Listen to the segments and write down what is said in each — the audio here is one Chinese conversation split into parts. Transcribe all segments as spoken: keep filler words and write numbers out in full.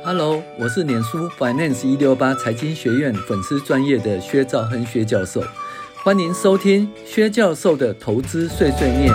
Hello， 我是脸书 Finance 一六八财经学院粉丝专业的薛兆亨薛教授，欢迎收听薛教授的投资碎碎念。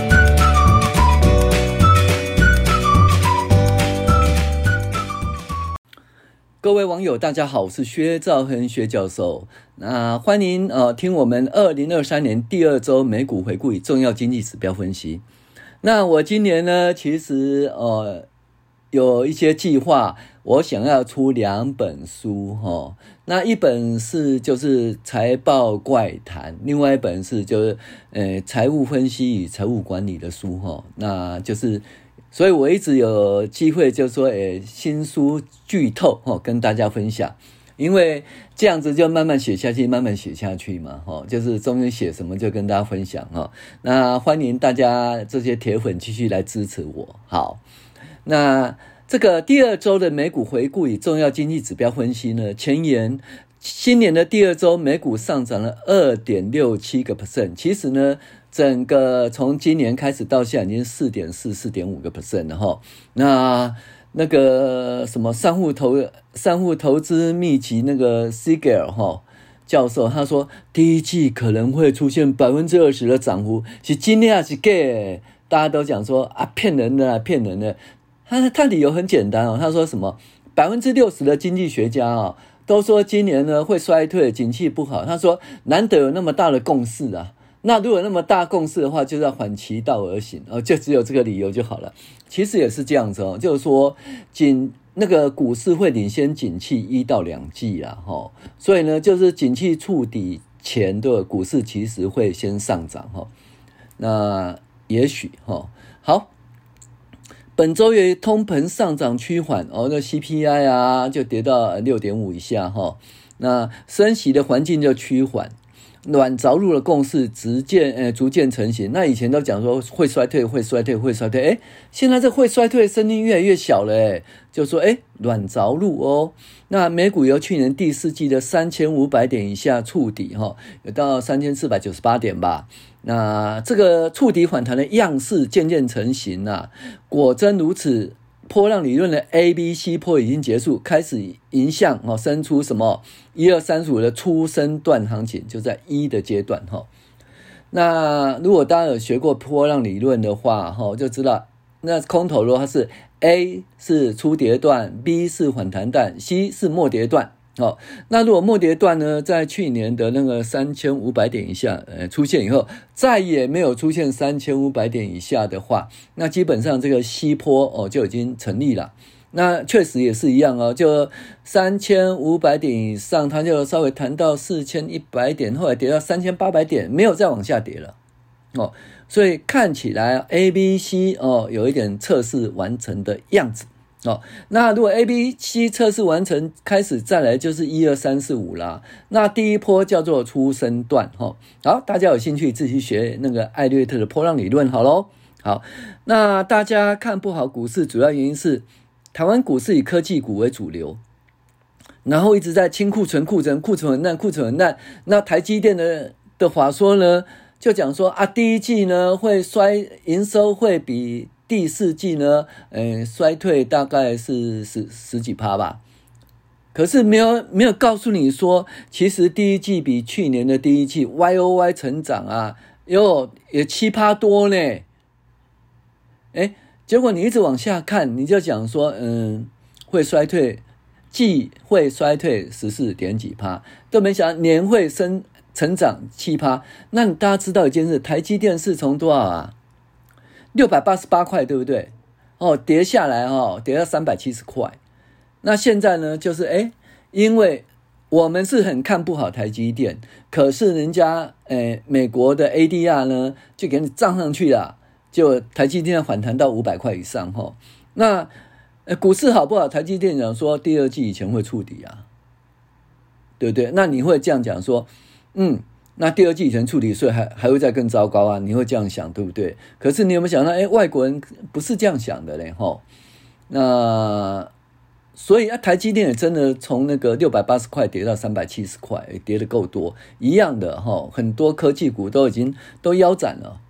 各位网友大家好，我是薛兆亨薛教授。那欢迎呃听我们二零二三年第二周美股回顾与重要经济指标分析。那我今年呢，其实呃有一些计划，我想要出两本书齁。那一本是就是财报怪谈，另外一本是就是呃财务分析与财务管理的书齁。那就是所以我一直有机会就是说诶新书剧透齁跟大家分享。因为这样子就慢慢写下去，慢慢写下去嘛，齁，就是终于写什么就跟大家分享齁。那欢迎大家这些铁粉继续来支持我。好，那这个第二周的美股回顾与重要经济指标分析呢，前言新年的第二周美股上涨了 二点六七个百分点， 其实呢整个从今年开始到现在已经 四点四 四点五个百分点 了齁。那那个什么散户投散户投资秘籍那个 Siegel 齁教授他说，第一季可能会出现 百分之二十 的涨幅，是真的还是假的？大家都讲说啊骗人的啊骗人的。他他理由很简单哦，他说什么 百分之六十 的经济学家哦都说今年呢会衰退，景气不好。他说难得有那么大的共识啊，那如果那么大共识的话，就要反其道而行哦，就只有这个理由就好了。其实也是这样子哦，就是说景那个股市会领先景气一到两季啦齁，所以呢就是景气触底前的股市其实会先上涨齁。那也许齁好。本周由于通膨上涨趋缓，哦，那 C P I 啊就跌到 六点五 以下齁。那升息的环境就趋缓，软着陆的共识逐渐呃逐渐成型。那以前都讲说会衰退会衰退会衰退，诶现在这会衰退的声音越来越小了，诶就说诶软着陆哦。那美股由去年第四季的三千五百点以下触底齁，有到三千四百九十八点吧。那这个触底反弹的样式渐渐成型啊，果真如此，波浪理论的 A、B、C 波已经结束，开始迎向哦生出什么一二三四五的初升段行情，就在一的阶段哈。那如果大家有學過波浪理論的話哈，就知道那空頭如果它是 A 是初跌段， B 是反彈段， C 是末跌段。哦，那如果末跌段呢，在去年的那个三千五百点以下呃出现以后，再也没有出现三千五百点以下的话，那基本上这个西坡哦就已经成立了。那确实也是一样哦，就三千五百点以上，它就稍微弹到四千一百点，后来跌到三千八百点，没有再往下跌了。哦，所以看起来 A、B、C 哦有一点测试完成的样子。哦，那如果 A、B、C 测试完成，开始再来就是一二三四五啦。那第一波叫做初升段齁。好，大家有兴趣自己学那个艾略特的波浪理论好咯。好，那大家看不好股市主要原因是台湾股市以科技股为主流，然后一直在清库存库存库存很烂库存很烂。那台积电的的话说呢，就讲说啊第一季呢会衰，营收会比第四季呢，呃，衰退大概是十十几趴吧。可是没有没有告诉你说，其实第一季比去年的第一季 Y O Y 成长啊，哟也七趴多呢。哎，结果你一直往下看，你就讲说，嗯，会衰退，季会衰退十四点几趴，都没想到年会升成长七趴。那大家知道一件事，台积电是从多少啊？六百八十八块对不对？哦，跌下来哦，跌到三百七十块。那现在呢，就是诶因为我们是很看不好台积电，可是人家诶美国的 A D R 呢就给你涨上去了，就台积电反弹到五百块以上齁。那呃股市好不好？台积电讲说第二季以前会触底啊，对不对？那你会这样讲说，嗯。那第二季以前处理税还还会再更糟糕啊，你会这样想对不对？可是你有没有想到，哎，外国人不是这样想的嘞齁。那所以啊，台积电也真的从那个六百八十块跌到三百七十块，跌得够多，一样的齁，很多科技股都已经都腰斩了。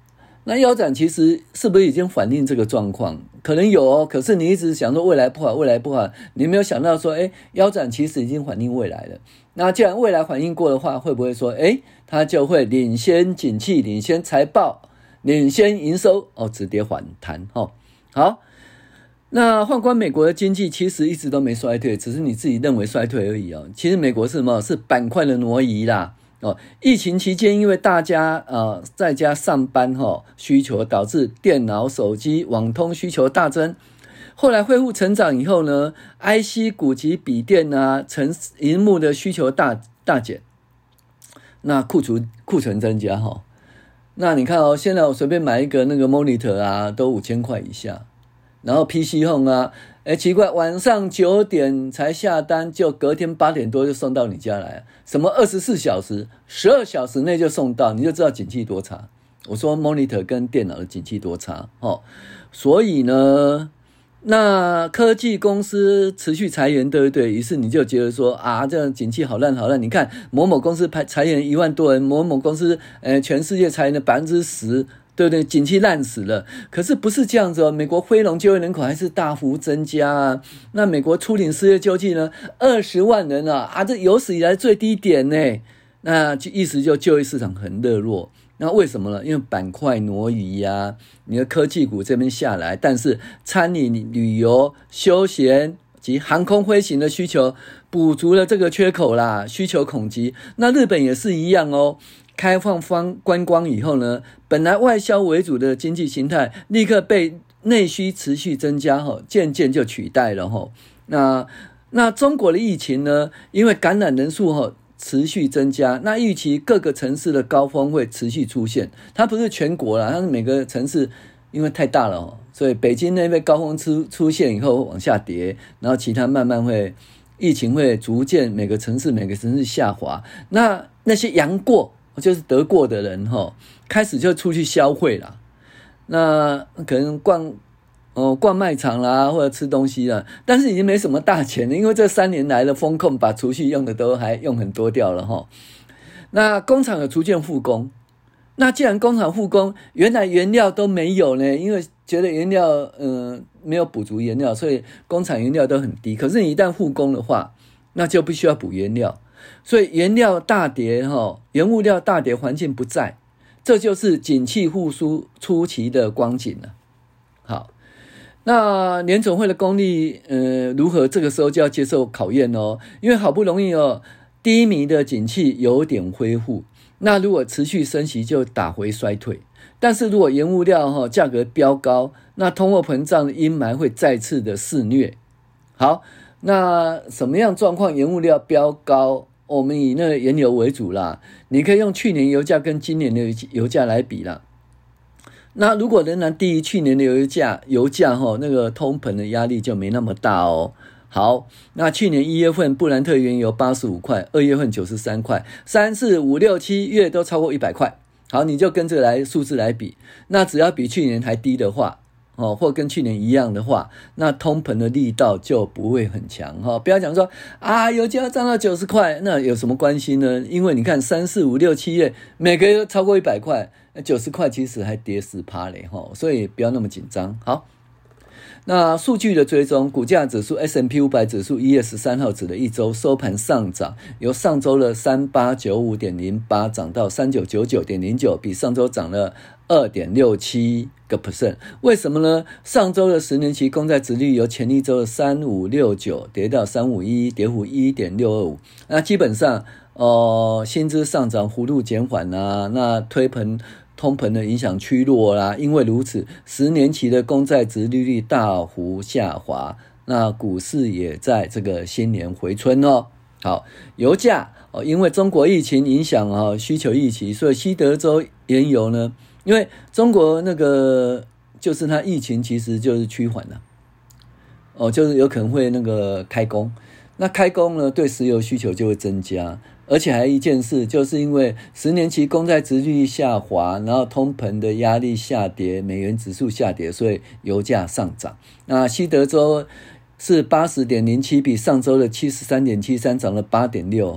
那腰斩其实是不是已经反映这个状况？可能有哦，可是你一直想说未来不好，未来不好，你没有想到说，哎，腰斩其实已经反映未来了。那既然未来反映过的话，会不会说，哎，它就会领先景气、领先财报、领先营收哦，止跌反弹哦。好，那纵观美国的经济，其实一直都没衰退，只是你自己认为衰退而已哦。其实美国是什么？是板块的挪移啦。哦，疫情期间，因为大家呃在家上班哈、哦，需求导致电脑、手机、网通需求大增。后来恢复成长以后呢 ，I C 股及笔电啊、成萤幕的需求大大减，那库存库存增加哈、哦。那你看哦，现在我随便买一个那个 monitor 啊，都五千块以下。然后 P C Home 啊，哎，奇怪，晚上九点才下单，就隔天八点多就送到你家来，什么二十四小时、十二小时内就送到，你就知道景气多差。我说 monitor 跟电脑的景气多差哦，所以呢，那科技公司持续裁员，对不对？于是你就觉得说啊，这样景气好烂好烂。你看某某公司裁裁员一万多人，某某公司呃全世界裁员的百分之十。对不对？景气烂死了，可是不是这样子哦。美国非农就业人口还是大幅增加啊。那美国初领失业救济呢，二十万人啊，啊，这有史以来最低点呢。那意思就就业市场很热络。那为什么呢？因为板块挪移啊，你的科技股这边下来，但是餐饮、旅游、休闲及航空飞行的需求补足了这个缺口啦，需求恐急。那日本也是一样哦。开放方观光以后呢，本来外销为主的经济形态立刻被内需持续增加哈，渐渐就取代了哈。那那中国的疫情呢，因为感染人数哈持续增加，那预期各个城市的高峰会持续出现。它不是全国啦，它是每个城市因为太大了哦，所以北京那边高峰出出现以后往下跌，然后其他慢慢会疫情会逐渐每个城市每个城市下滑。那那些阳过。就是得过的人齁，开始就出去消费啦。那可能逛哦逛卖场啦，或者吃东西啦，但是已经没什么大钱了，因为这三年来的风控把储蓄用的都还用很多掉了齁。那工厂有逐渐复工，那既然工厂复工，原来原料都没有呢，因为觉得原料呃没有补足原料，所以工厂原料都很低。可是你一旦复工的话，那就必须要补原料。所以原料大跌，原物料大跌，环境不在，这就是景气复苏初期的光景了。好，那联总会的功力呃如何？这个时候就要接受考验哦，因为好不容易哦低迷的景气有点恢复，那如果持续升息就打回衰退。但是如果原物料哈价格飙高，那通货膨胀的阴霾会再次的肆虐。好，那什么样状况原物料飙高？我们以那个原油为主啦，你可以用去年油价跟今年的油价来比啦。那如果仍然低于去年的油价，油价齁那个通膨的压力就没那么大哦。好，那去年一月份布兰特原油八十五块，二月份九十三块，三四五六七月都超过一百块。好，你就跟这个来数字来比，那只要比去年还低的话。哦，或跟去年一样的话，那通膨的力道就不会很强哈、哦。不要讲说啊，油价涨到九十块，那有什么关系呢？因为你看三四五六七月每个月都超过一百块，九十块其实还跌十趴嘞哈，所以不要那么紧张。好，那数据的追踪，股价指数 S and P 五百 指数一月十三号指的一周收盘上涨，由上周的 三八九五点零八 涨到 三九九九点零九，比上周涨了 二点六七个 percent。 为什么呢？上周的十年期公债殖利率由前一周的三五六九跌到三五一一，跌幅 一点六二五。 那基本上呃，薪资上涨幅度减缓啊，那推膨通膨的影响趋弱啦，因为如此，十年期的公债殖利率大幅下滑，那股市也在这个新年回春哦。好，油价哦，因为中国疫情影响啊，需求预期，所以西德州原油呢，因为中国那个就是它疫情其实就是趋缓了，哦，就是有可能会那个开工，那开工呢，对石油需求就会增加。而且还有一件事，就是因为十年期公债殖利率下滑，然后通膨的压力下跌，美元指数下跌，所以油价上涨。那西德州是 八十点零七， 比上周的 七十三点七三 涨了 八点六。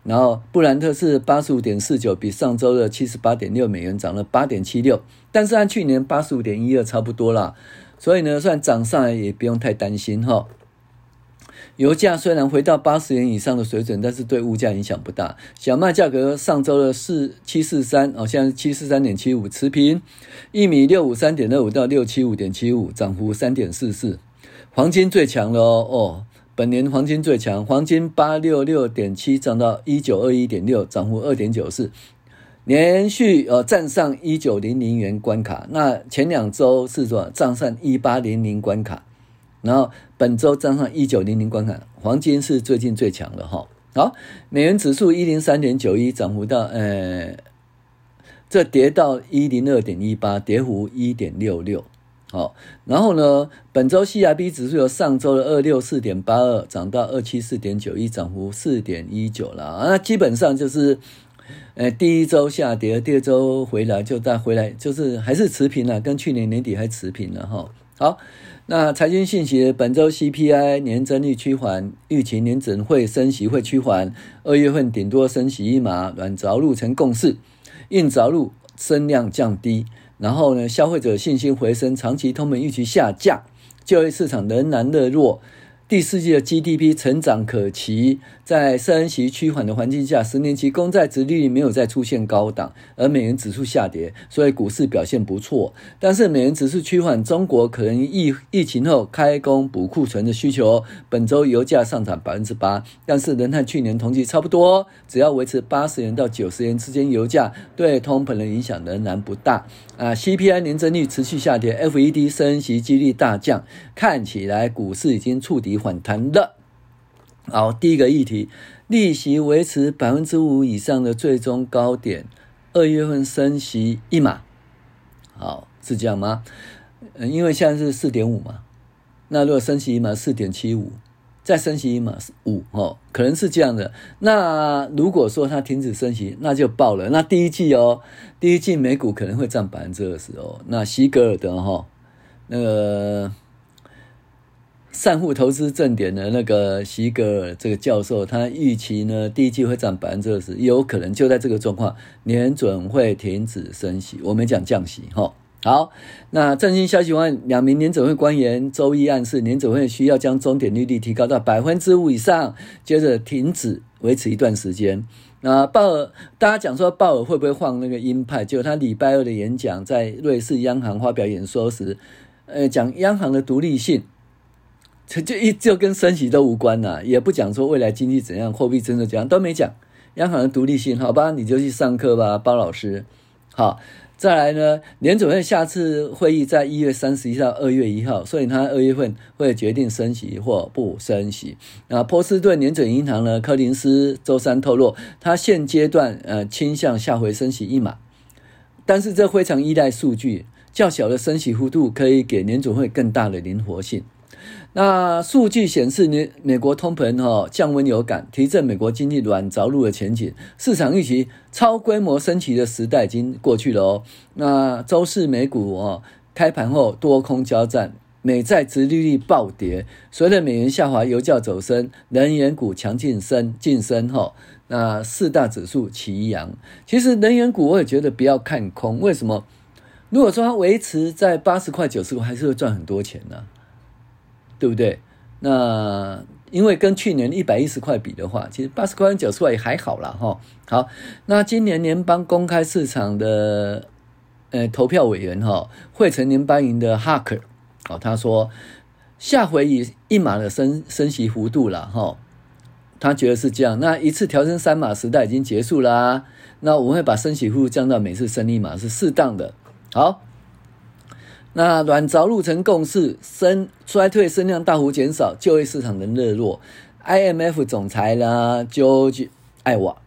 然后布兰特是 八十五点四九， 比上周的 七十八点六美元涨了 八点七六， 但是和去年 八十五点一二 差不多啦，所以呢算涨上来也不用太担心齁。油价虽然回到八十元以上的水准，但是对物价影响不大。小麦价格上周的七四三，哦，现在是 七四三点七五 持平。玉米 六五三点二五 到 六七五点七五， 涨幅 三点四四。黄金最强了哦，哦，本年黄金最强，黄金 八六六点七 涨到 一九二一点六， 涨幅 二点九四， 连续呃站上一九零零元关卡。那前两周是说站上一八零零关卡，然后本周站上一九零零关卡，黄金是最近最强的哈。好，美元指数 一零三点九一， 涨幅到呃，这跌到 一零二点一八， 跌幅 一点六六。好，然后呢，本周 C R B 指数由上周的二六四点八二涨到二七四点九一， 涨幅 四点一九 啦。那基本上就是呃，第一周下跌，第二周回来就再回来，就是还是持平啦，跟去年年底还持平了哈。好，那财经信息，本周 C P I 年增率趋缓，预期年准会升息会趋缓，二月份顶多升息一码，软着陆成共识，硬着陆声量降低。然后呢，消费者信心回升，长期通膨预期下降，就业市场仍然热络，第四季的 G D P 成长可期。在升息趋缓的环境下，十年期公债殖利率没有再出现高档，而美元指数下跌，所以股市表现不错。但是美元指数趋缓，中国可能疫疫情后开工补库存的需求，本周油价上涨 百分之八， 但是仍和去年同期差不多，只要维持八十元到九十元之间油价，对通膨的影响仍然不大。啊 C P I 年增率持续下跌， F E D 升息几率大降，看起来股市已经触底反弹了。好，第一个议题，利息维持 百分之五 以上的最终高点，二月份升息一码。好，是这样吗？呃、因为现在是 四点五 嘛，那如果升息一码 四点七五， 再升息一码五、哦、可能是这样的。那如果说它停止升息，那就爆了。那第一季哦，第一季美股可能会占 百分之二十 哦。那西格尔的哦，那个散户投资正点的那个席格尔这个教授，他预期呢第一季会涨 百分之二十， 有可能就在这个状况，联准会停止升息，我们讲降息齁。好，那最新消息外，两名联准会官员周一暗示，联准会需要将终点利率提高到 百分之五 以上，接着停止维持一段时间。那鲍尔，大家讲说鲍尔会不会放那个鹰派，就他礼拜二的演讲在瑞士央行发表演说时，呃，讲央行的独立性，就一就跟升息都无关啦，也不讲说未来经济怎样，货币政策怎样，都没讲。央行的独立性，好吧，你就去上课吧，包老师。好，再来呢，联准会下次会议在一月三十一号、二月一号，所以他二月份会决定升息或不升息。那波士顿联准银行呢，柯林斯周三透露，他现阶段呃倾向下回升息一码，但是这非常依赖数据，较小的升息幅度可以给联准会更大的灵活性。那数据显示，美国通膨、哦、降温有感，提振美国经济软着陆的前景。市场预期超规模升息的时代已经过去了哦。那周四美股、哦、开盘后多空交战，美债殖利率暴跌，随着美元下滑，油价走升，能源股强劲升晋升、哦、那四大指数齐扬。其实能源股我也觉得不要看空，为什么？如果说它维持在八十块九十块，还是会赚很多钱呢、啊，对不对？那因为跟去年一百一十块比的话，其实八十块跟九十块也还好啦齁。好，那今年联邦公开市场的呃投票委员齁，汇成联邦银的 Harker 哦，他说下回以一码的升升息幅度啦齁，他觉得是这样。那一次调升三码时代已经结束啦，那我们会把升息幅度降到每次升一码是适当的。好。那软着陆成共识，升衰退声量大幅减少，就业市场仍热络。I M F 总裁啦 George 艾瓦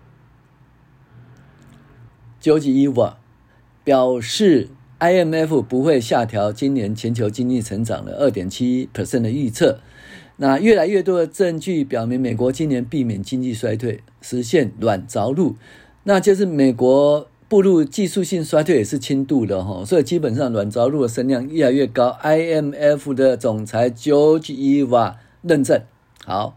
George Eva 表示 I M F 不会下调今年全球经济成长的 百分之二点七 的预测。那越来越多的证据表明，美国今年避免经济衰退，实现软着陆，那就是美国步入技术性衰退也是轻度的齁，所以基本上软着陆的声量越来越高。I M F 的总裁 George Eva 认证。好，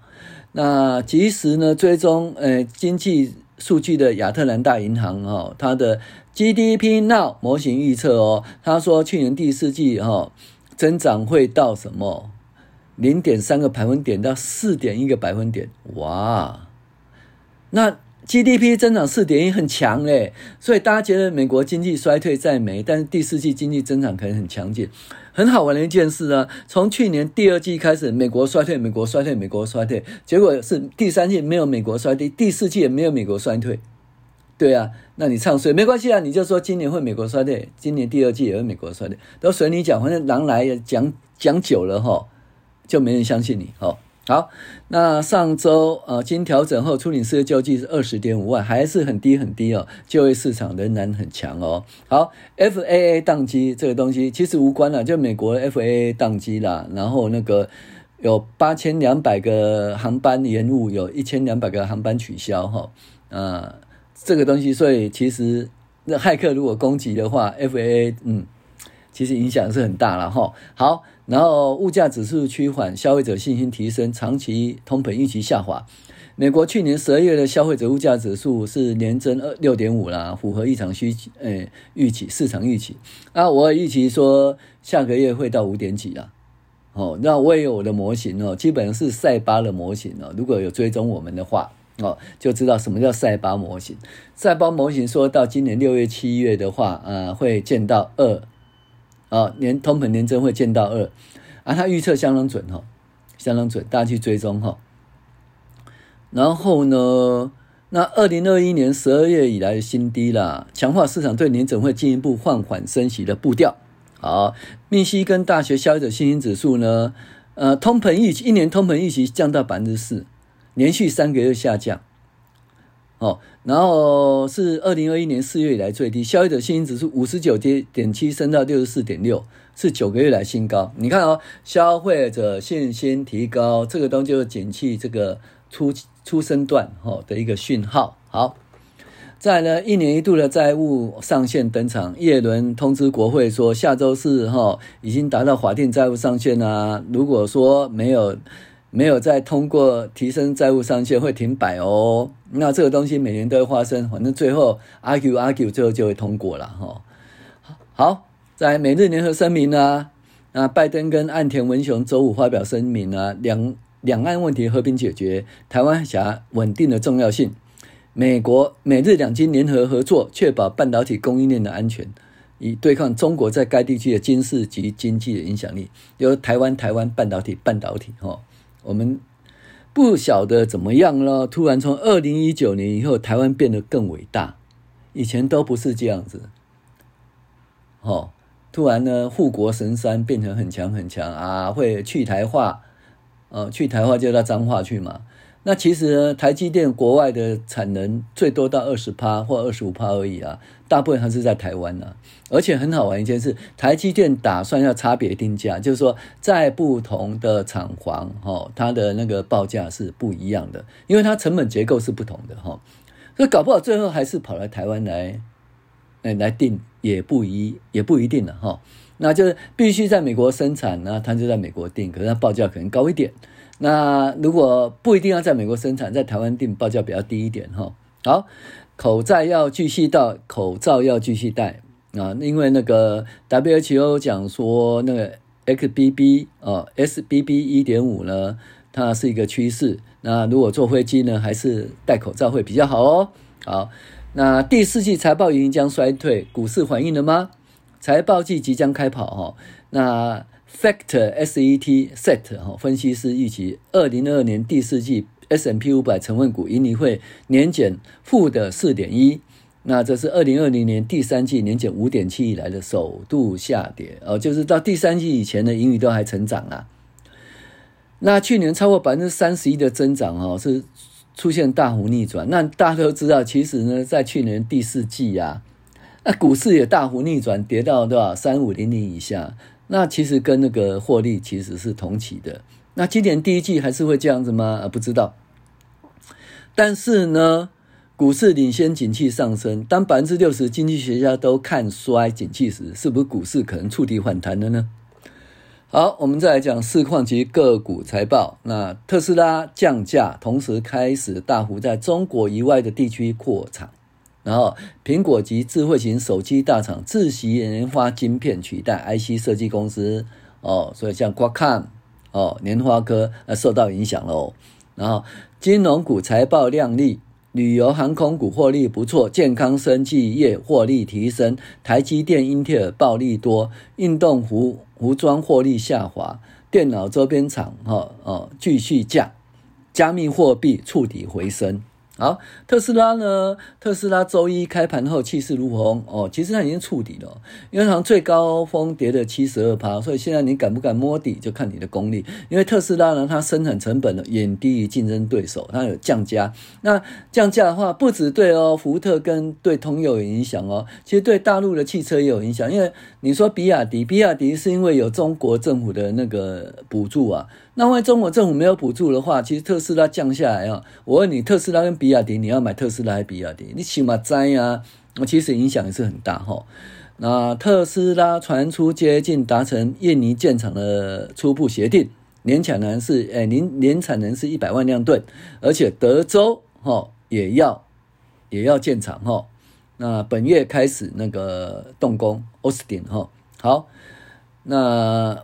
那及时呢追踪呃经济数据的亚特兰大银行哦，它的 G D P Now 模型预测哦，他说去年第四季哦增长会到什么 零点三 个百分点到 四点一 个百分点，哇，那 G D P 增长 四点一 很强耶，所以大家觉得美国经济衰退在没，但是第四季经济增长可能很强劲。很好玩的一件事啊，从去年第二季开始美国衰退美国衰退美国衰退，结果是第三季没有美国衰退，第四季也没有美国衰退。对啊，那你唱衰没关系啊，你就说今年会美国衰退，今年第二季也会美国衰退，都随你讲，反正狼来讲讲久了齁，就没人相信你齁。好，那上周呃经调整后初领失业救济是 二十点五万，还是很低很低哦，就业市场仍然很强哦。好 ，F A A 宕机这个东西其实无关啦，就美国 F A A 宕机啦，然后那个有八千两百个航班延误，有一千两百个航班取消哈，呃这个东西，所以其实那骇客如果攻击的话 ，F A A 嗯。其实影响是很大了哈。好，然后物价指数趋缓，消费者信心提升，长期通膨预期下滑。美国去年十二月的消费者物价指数是年增 六点五 啦，符合市场需呃预期，市场预期。啊，我预期说下个月会到五点几啦。哦，那我也有我的模型哦，基本上是塞巴的模型哦。如果有追踪我们的话哦，就知道什么叫塞巴模型。塞巴模型说到今年六月、七月的话，呃，会见到二。啊，年通膨年增会见到二，啊，他预测相当准哈，相当准，大家去追踪哈。然后呢，那二零二一年十二月以来的新低啦，强化市场对年整会进一步放缓升息的步调。好，密西根大学消费者信心指数呢，呃，通膨预期一年通膨预期降到百分之四，连续三个月下降。哦，然后是二零二一年四月以来最低，消费者信心指数 五十九点七 升到 六十四点六， 是九个月来新高。你看哦，消费者信心提高，这个东西就是景气这个出出生段哦的一个讯号。好，再来呢，一年一度的债务上限登场，耶伦通知国会说，下周四哈已经达到法定债务上限啊，如果说没有。没有再通过提升债务上限会停摆哦，那这个东西每年都会发生，反正最后 argue argue 最后就会通过了哈。好，在美日联合声明啊，那拜登跟岸田文雄周五发表声明啊，两两岸问题和平解决，台湾海峡稳定的重要性，美国美日两军联合合作，确保半导体供应链的安全，以对抗中国在该地区的军事及经济的影响力，由台湾台湾半导体半导体哈。我们不晓得怎么样了，突然从二零一九年以后，台湾变得更伟大，以前都不是这样子。哦，突然呢，护国神山变成很强很强啊，会去台化，呃，去台化就到彰化去嘛。那其实呢，台积电国外的产能最多到 百分之二十 或 百分之二十五 而已啊，大部分还是在台湾啊。而且很好玩一件事，台积电打算要差别定价，就是说在不同的厂房齁，它的那个报价是不一样的，因为它成本结构是不同的齁，所以搞不好最后还是跑来台湾来来定，也不一也不一定了齁。那就是必须在美国生产，那它就在美国定，可是它报价可能高一点。那如果不一定要在美国生产，在台湾订报价比较低一点哈。好，口罩要继续戴，口罩要继续戴啊，因为那个 W H O 讲说那个 X B B 哦 S B B 一点五 呢，它是一个趋势。那如果坐飞机呢，还是戴口罩会比较好哦。好，那第四季财报盈余将衰退，股市反映了吗？财报季即将开跑哈，那。Factor S E T Set 分析师预期二零二二年第四季 S and P 五百 成分股盈利会年减负的 四点一， 那这是二零二零年第三季年减 五点七 以来的首度下跌哦，就是到第三季以前的盈余都还成长啊。那去年超过 百分之三十一 的增长哦，是出现大幅逆转。那大家都知道，其实呢在去年第四季啊，那股市也大幅逆转，跌到多少三五零零以下。那其实跟那个获利其实是同期的。那今年第一季还是会这样子吗？啊，不知道。但是呢，股市领先景气上升，当 百分之六十 经济学家都看衰景气时，是不是股市可能触底反弹了呢？ 好，我们再来讲市况及个股财报。那特斯拉降价，同时开始大幅在中国以外的地区扩厂。然后，苹果及智慧型手机大厂自行研发晶片取代 I C 设计公司哦，所以像 Qualcomm 哦、联发科呃受到影响喽。然后，金融股财报亮丽。旅游航空股获利不错，健康生技业获利提升，台积电、英特尔暴利多，运动服服装获利下滑，电脑周边厂哈哦继续降，加密货币触底回升。好，特斯拉呢？特斯拉周一开盘后气势如虹哦，其实它已经触底了，因为它最高峰跌了 百分之七十二， 所以现在你敢不敢摸底就看你的功力。因为特斯拉呢，它生产成本呢远低于竞争对手，它有降价。那降价的话，不只对哦福特跟对通用有影响哦，其实对大陆的汽车也有影响。因为你说比亚迪，比亚迪是因为有中国政府的那个补助啊。那万一中国政府没有补助的话，其实特斯拉降下来啊，我问你，特斯拉跟比亚迪，你要买特斯拉还是比亚迪？你起码摘啊，其实影响也是很大哈。那特斯拉传出接近达成印尼建厂的初步协定，年产能是诶年年产能是一百万辆吨，而且德州哈也要也要建厂哈。那本月开始那个动工 Austin 哈。好，那。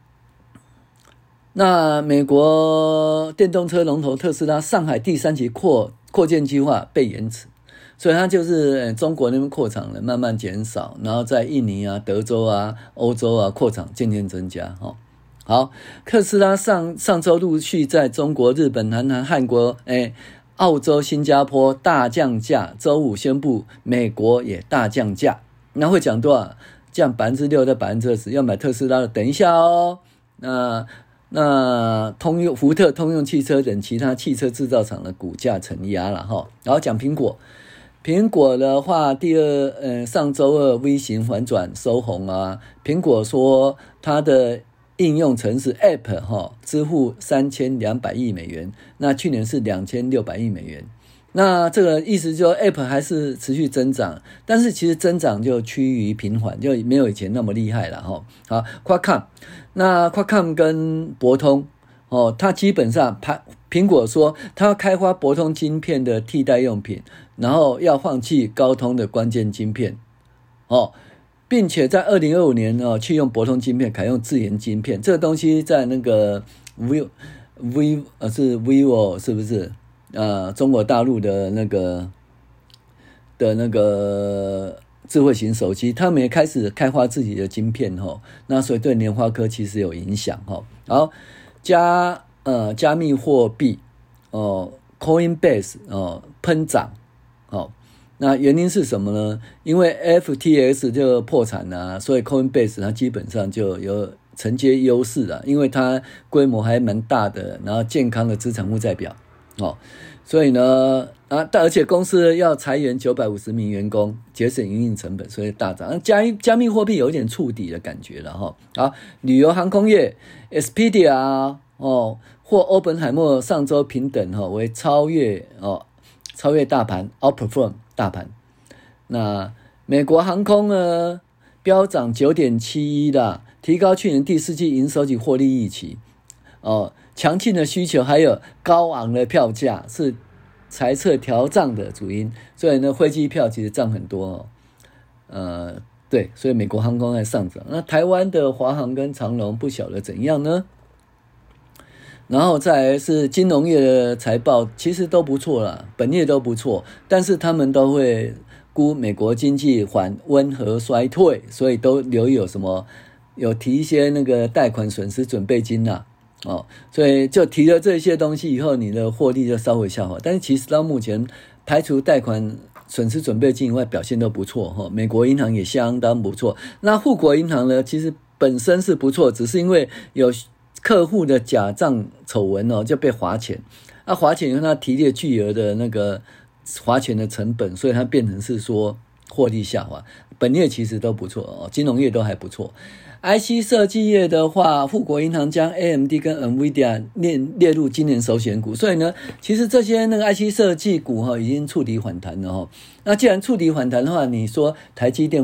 那美国电动车龙头特斯拉上海第三期扩扩建计划被延迟，所以它就是中国那边扩厂了慢慢减少，然后在印尼啊、德州啊、欧洲啊扩厂渐渐增加。好，特斯拉上上周陆续在中国、日本、南韩、韩国、哎、澳洲、新加坡大降价，周五宣布美国也大降价。那会讲多少？降百分之六到百分之二十。要买特斯拉的，等一下哦。那那通用、福特、通用汽车等其他汽车制造厂的股价承压了哈。然后讲苹果，苹果的话，第二呃上周二 V 型反转收红啊。苹果说它的应用程式 App 哈支付三千两百亿美元，那去年是两千六百亿美元。那这个意思就是 App 还是持续增长，但是其实增长就趋于平缓，就没有以前那么厉害了哈。好 ，Qualcomm， 那 Qualcomm 跟博通哦，它基本上苹果说它要开发博通晶片的替代用品，然后要放弃高通的关键晶片哦，并且在二零二五年哦去用博通晶片，改用自研晶片。这个东西在那个 vivo vivo 呃是 vivo 是不是？呃，中国大陆的那个的那个智慧型手机，他们也开始开发自己的晶片哈，那所以对联发科其实有影响哈。然后加呃加密货币哦 ，Coinbase 哦喷涨哦，那原因是什么呢？因为 F T X 就破产啊，所以 Coinbase 它基本上就有承接优势了，因为它规模还蛮大的，然后健康的资产负债表。哦，所以呢，啊，而且公司要裁员九百五十名员工，节省营运成本，所以大涨。加加密货币有一点触底的感觉了哈。好，旅游航空业 ，Expedia 哦，或欧本海默上周平等哈、哦、为超越哦，超越大盘 ，outperform 大盘。那美国航空呢，飙涨 九点七一 啦，提高去年第四季营收及获利预期。哦。强劲的需求还有高昂的票价是财测调涨的主因，所以呢，飞机票其实涨很多哦。呃，对，所以美国航空在上涨。那台湾的华航跟长荣不晓得怎样呢？然后再来是金融业的财报，其实都不错啦，本业都不错，但是他们都会估美国经济缓温和衰退，所以都留有什么有提一些那个贷款损失准备金啦。哦，所以就提了这些东西以后，你的获利就稍微下滑。但是其实到目前，排除贷款损失准备金以外，表现都不错哈。美国银行也相当不错。那富国银行呢，其实本身是不错，只是因为有客户的假账丑闻哦，就被罚钱。那罚钱因为它提列巨额的那个罚钱的成本，所以它变成是说获利下滑。本业其实都不错哦，金融业都还不错。I C 设计业的话，富国银行将 A M D 跟 Nvidia 列列入今年首选股，所以呢，其实这些那个 I C 设计股哈已经触底反弹了哈。那既然触底反弹的话，你说台积电会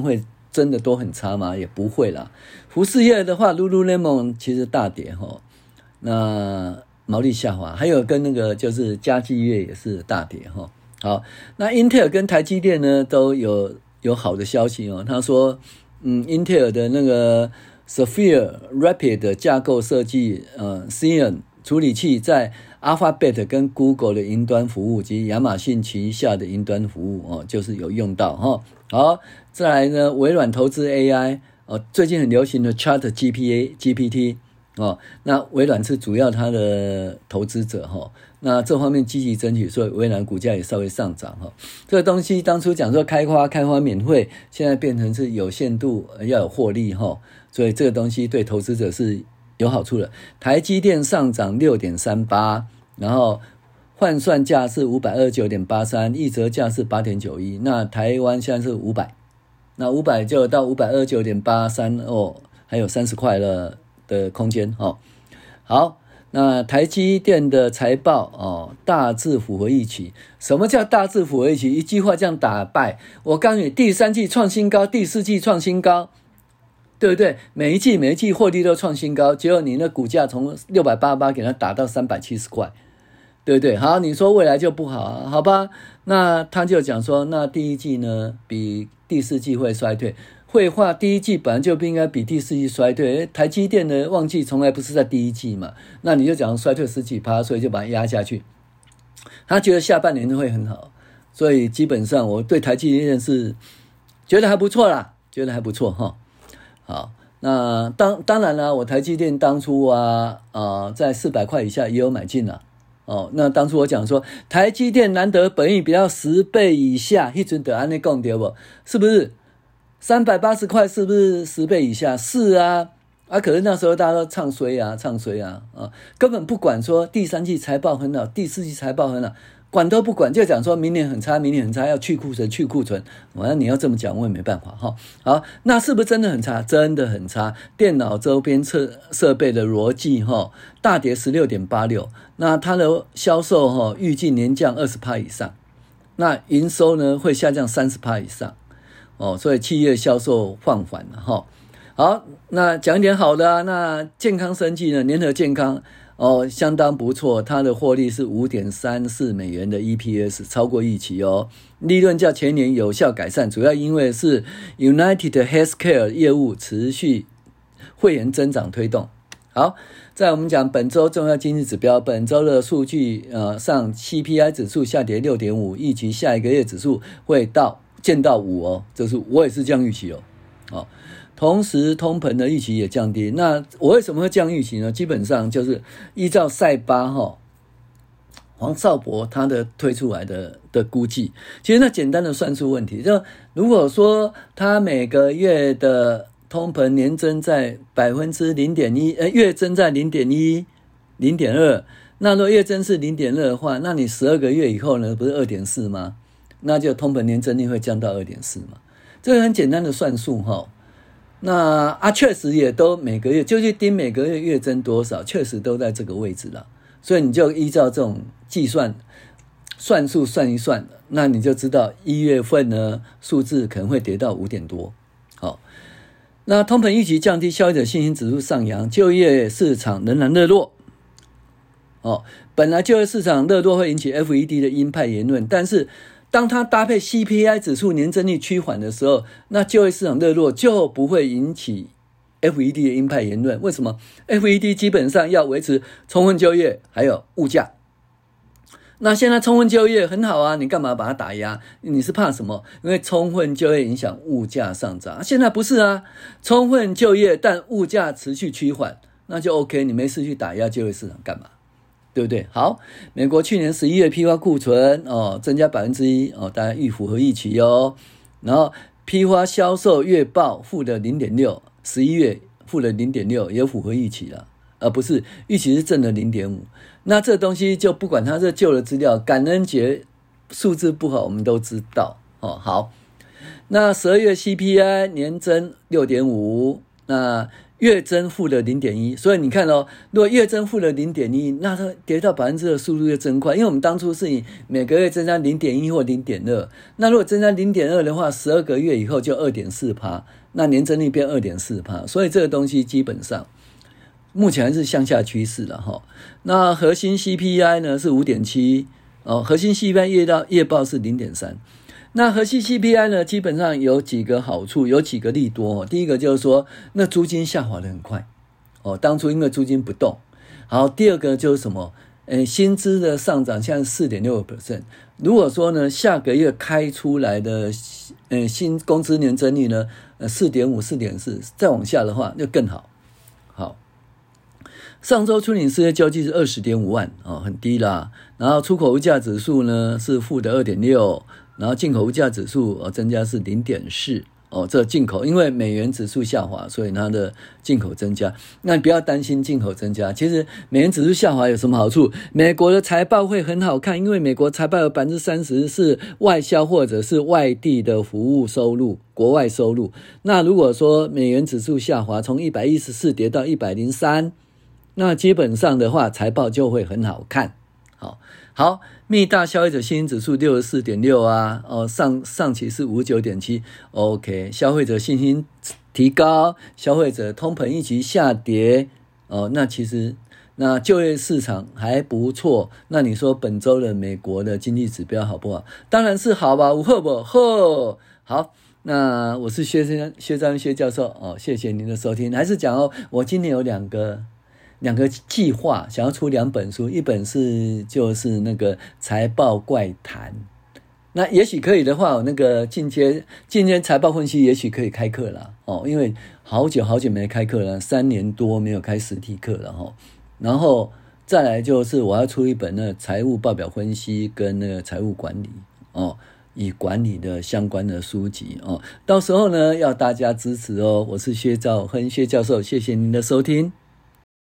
真的都很差吗？也不会啦。服饰业的话 Lululemon 其实大跌齁，那毛利下滑，还有跟那个就是家具业也是大跌齁。好，那英特尔跟台积电呢都有有好的消息哦。他说，嗯，英特尔的那个 Sapphire Rapid 架构设计，呃 Xeon 处理器在 Alphabet 跟 Google 的云端服务及亚马逊旗下的云端服务哦，就是有用到哈。好，再来呢，微软投资 A I 哦，最近很流行的 Chat G P A G P T 哦，那微软是主要它的投资者哈。那这方面积极争取，所以微软股价也稍微上涨哈。这个东西当初讲说开发开发免费，现在变成是有限度要有获利哈，所以这个东西对投资者是有好处的。台积电上涨 六点三八， 然后换算价是 五百二十九点八三， 一折价是 八点九一， 那台湾现在是五百，那五百就到 五百二十九点八三 哦，还有三十块了的空间哦。好，那台积电的财报哦，大致符合预期。什么叫大致符合预期？一句话这样打败。我告诉你，第三季创新高，第四季创新高，对不对？每一季每一季获利都创新高，结果你那股价从六百八十八给它打到三百七十块，对不对？好，你说未来就不好啊，好吧？那他就讲说，那第一季呢比第四季会衰退。绘画第一季本来就不应该比第四季衰退，台积电的旺季从来不是在第一季嘛，那你就讲衰退十几趴，所以就把它压下去。他觉得下半年会很好，所以基本上我对台积电是觉得还不错啦，觉得还不错哈。好，那当当然啦，我台积电当初啊啊在四百块以下也有买进啦。哦，那当初我讲说台积电难得本益比要十倍以下，那时候就这样说对不？是不是？三百八十块是不是十倍以下？是啊，啊，可是那时候大家都唱衰啊，唱衰啊，啊，根本不管说第三季财报很好，第四季财报很好，管都不管，就讲说明年很差，明年很差，要去库存，去库存。我你要这么讲，我也没办法哈。好，那是不是真的很差？真的很差。电脑周边设设备的逻辑哈，大跌 十六点八六， 那它的销售哈预计年降 百分之二十 以上，那营收呢会下降 百分之三十 以上。哦，所以企业销售放缓了哈。好，那讲一点好的啊，那健康生技呢，联合健康哦相当不错，它的获利是 五点三四美元的 E P S， 超过预期哦。利润较前年有效改善，主要因为是 United Healthcare 业务持续会员增长推动。好，在我们讲本周重要经济指标，本周的数据呃上 C P I 指数下跌 六点五， 预期下一个月指数会到见到五哦，这是我也是这样预期哦。哦，同时通膨的预期也降低。那我为什么会这样预期呢？基本上就是依照塞巴哈、哦、黄少博他的推出来的的估计，其实那简单的算术问题，就如果说他每个月的通膨年增在 百分之零点一， 呃月增在 零点一 零点二， 那如果月增是 零点二 的话，那你十二个月以后呢不是 二点四 吗？那就通膨年增率会降到 二点四 嘛，这个很简单的算术哈。那啊确实也都每个月就去盯每个月月增多少，确实都在这个位置了，所以你就依照这种计算算术算一算，那你就知道一月份呢数字可能会跌到五点多。好，那通膨预期降低，消费者信心指数上扬，就业市场仍然热络。哦，本来就业市场热络会引起 F E D 的鹰派言论，但是当它搭配 C P I 指数年增率趋缓的时候，那就业市场热络就不会引起 F E D 的鹰派言论。为什么？ F E D 基本上要维持充分就业还有物价，那现在充分就业很好啊，你干嘛把它打压？你是怕什么？因为充分就业影响物价上涨，现在不是啊，充分就业但物价持续趋缓，那就 OK， 你没事去打压就业市场干嘛？对不对？好，美国去年十一月批发库存哦增加 百分之一 哦，大家预符合预期哦。然后批发销售月报负的 零点六， 十一月负的 零点六 也符合预期了，而不是预期是正的 零点五。那这东西就不管它是旧的资料，感恩节数字不好我们都知道哦。好，那十二月 C P I 年增 六点五， 那月增负的 零点一， 所以你看哦，如果月增负的 零点一， 那它跌到百分之二的速度就增快，因为我们当初是以每个月增加 零点一 或 零点二， 那如果增加 零点二 的话，十二个月以后就 二点四 趴， 那年增率变 二点四 趴， 所以这个东西基本上目前还是向下趋势了齁。那核心 C P I 呢是 五点七， 哦，核心 C P I 月到月报是 零点三。那核心 C P I 呢，基本上有几个好处，有几个利多、哦、第一个就是说，那租金下滑的很快哦，当初因为租金不动。好，第二个就是什么？呃，薪资的上涨现在 百分之四点六。如果说呢，下个月开出来的呃新工资年增率呢，呃 四点五、四点四， 再往下的话就更好。好。上周初领失业救济是 二十点五万、哦、很低啦。然后出口物价指数呢是负的 二点六， 然后进口物价指数、哦、增加是 零点四。哦，这进口因为美元指数下滑，所以它的进口增加。那你不要担心进口增加，其实美元指数下滑有什么好处？美国的财报会很好看，因为美国财报有 百分之三十 是外销或者是外地的服务收入，国外收入。那如果说美元指数下滑，从一百一十四跌到一百零三，那基本上的话财报就会很好看。好好，密大消费者信心指数 六十四点六 啊，哦，上上期是 五十九点七， OK， 消费者信心提高，消费者通膨预期下跌，哦，那其实那就业市场还不错。那你说本周的美国的经济指标好不好？当然是好吧，有好不好？好，那我是薛先薛兆亨薛教授哦，谢谢您的收听。还是讲哦，我今年有两个。两个计划，想要出两本书，一本是就是那个财报怪谈，那也许可以的话，我那个进阶进阶财报分析也许可以开课了哦，因为好久好久没开课了，三年多没有开实体课了哈。然后再来就是我要出一本那个财务报表分析跟那个财务管理哦，以管理的相关的书籍哦，到时候呢要大家支持哦。我是薛兆亨薛教授，谢谢您的收听。